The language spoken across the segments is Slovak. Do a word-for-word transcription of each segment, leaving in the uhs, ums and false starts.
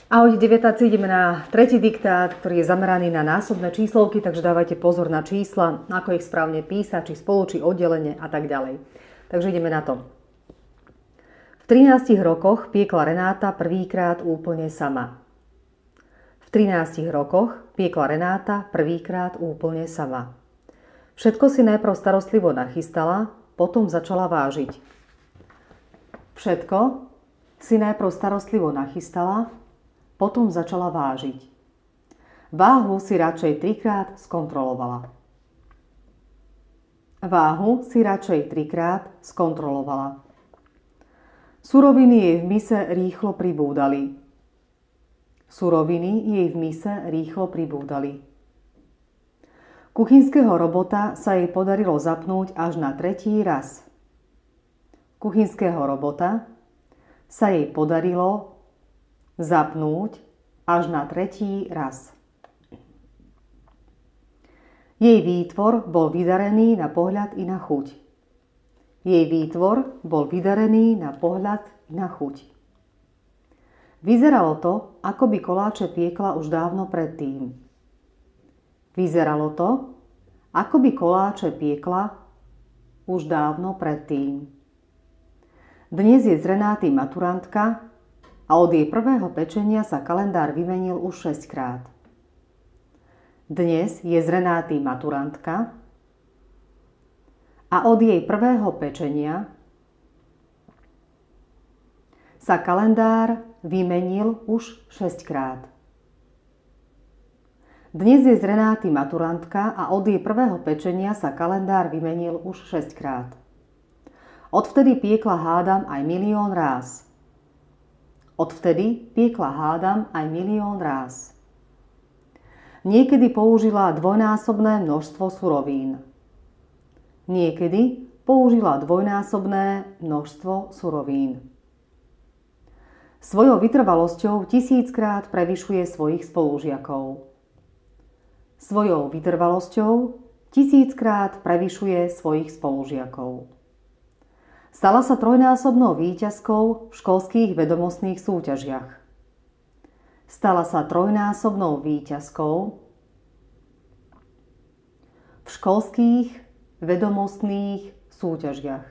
Ahojte deviatáci, ideme na tretí diktát, ktorý je zameraný na násobné číslovky, takže dávajte pozor na čísla, ako ich správne písať, či spolu, či oddelenie a tak ďalej. Takže ideme na to. V trinástich rokoch piekla Renáta prvýkrát úplne sama. V trinástich rokoch piekla Renáta prvýkrát úplne sama. Všetko si najprv starostlivo nachystala, potom začala vážiť. Všetko si najprv starostlivo nachystala, potom začala vážiť. Váhu si radšej trikrát skontrolovala. Váhu si radšej trikrát skontrolovala. Suroviny jej v mise rýchlo pribúdali. Suroviny jej v mise rýchlo pribúdali. Kuchynského robota sa jej podarilo zapnúť až na tretí raz. Kuchynského robota sa jej podarilo zapnúť až na tretí raz. Jej výtvor bol vydarený na pohľad i na chuť. Jej výtvor bol vydarený na pohľad i na chuť. Vyzeralo to, ako by koláče piekla už dávno predtým. Vyzeralo to, ako by koláče piekla už dávno predtým. Dnes je z Renáty maturantka a od jej prvého pečenia sa kalendár vymenil už šesťkrát. Dnes je z Renáty maturantka a od jej prvého pečenia sa kalendár vymenil už šesťkrát. Dnes je z Renáty maturantka a od jej prvého pečenia sa kalendár vymenil už šesťkrát. Odvtedy piekla hádam aj milión ráz. Odvtedy piekla hádam aj milión ráz. Niekedy použila dvojnásobné množstvo surovín. Niekedy použila dvojnásobné množstvo surovín. Svojou vytrvalosťou tisíckrát prevyšuje svojich spolužiakov. Svojou vytrvalosťou tisíckrát prevyšuje svojich spolužiakov. Stala sa trojnásobnou víťazkou v školských vedomostných súťažiach. Stala sa trojnásobnou víťazkou v školských vedomostných súťažiach.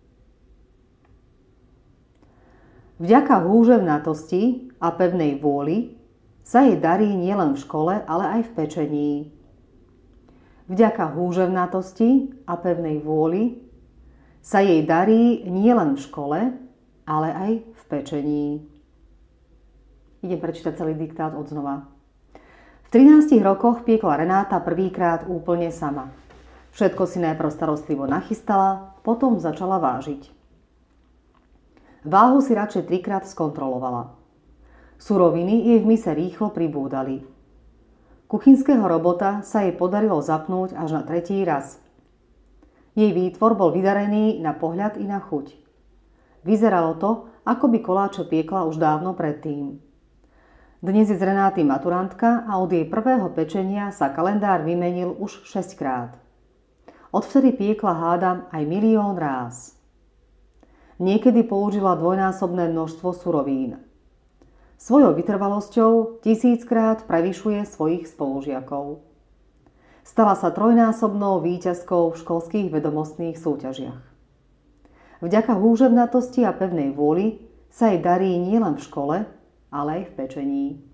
Vďaka húževnatosti a pevnej vôli sa jej darí nielen v škole, ale aj v pečení. Vďaka húževnatosti a pevnej vôli sa jej darí nielen v škole, ale aj v pečení. Idem prečítať celý diktát odznova. V trinástich rokoch piekla Renáta prvýkrát úplne sama. Všetko si najprv starostlivo nachystala, potom začala vážiť. Váhu si radšej trikrát skontrolovala. Suroviny jej v mise rýchlo pribúdali. Kuchynského robota sa jej podarilo zapnúť až na tretí raz. Jej výtvor bol vydarený na pohľad i na chuť. Vyzeralo to, ako by koláče piekla už dávno predtým. Dnes je z Renáty maturantka a od jej prvého pečenia sa kalendár vymenil už šesťkrát. Odvtedy piekla hádam aj milión ráz. Niekedy použila dvojnásobné množstvo surovín. Svojou vytrvalosťou tisíckrát prevyšuje svojich spolužiakov. Stala sa trojnásobnou víťazkou v školských vedomostných súťažiach. Vďaka húževnatosti a pevnej vôli sa jej darí nielen v škole, ale aj v pečení.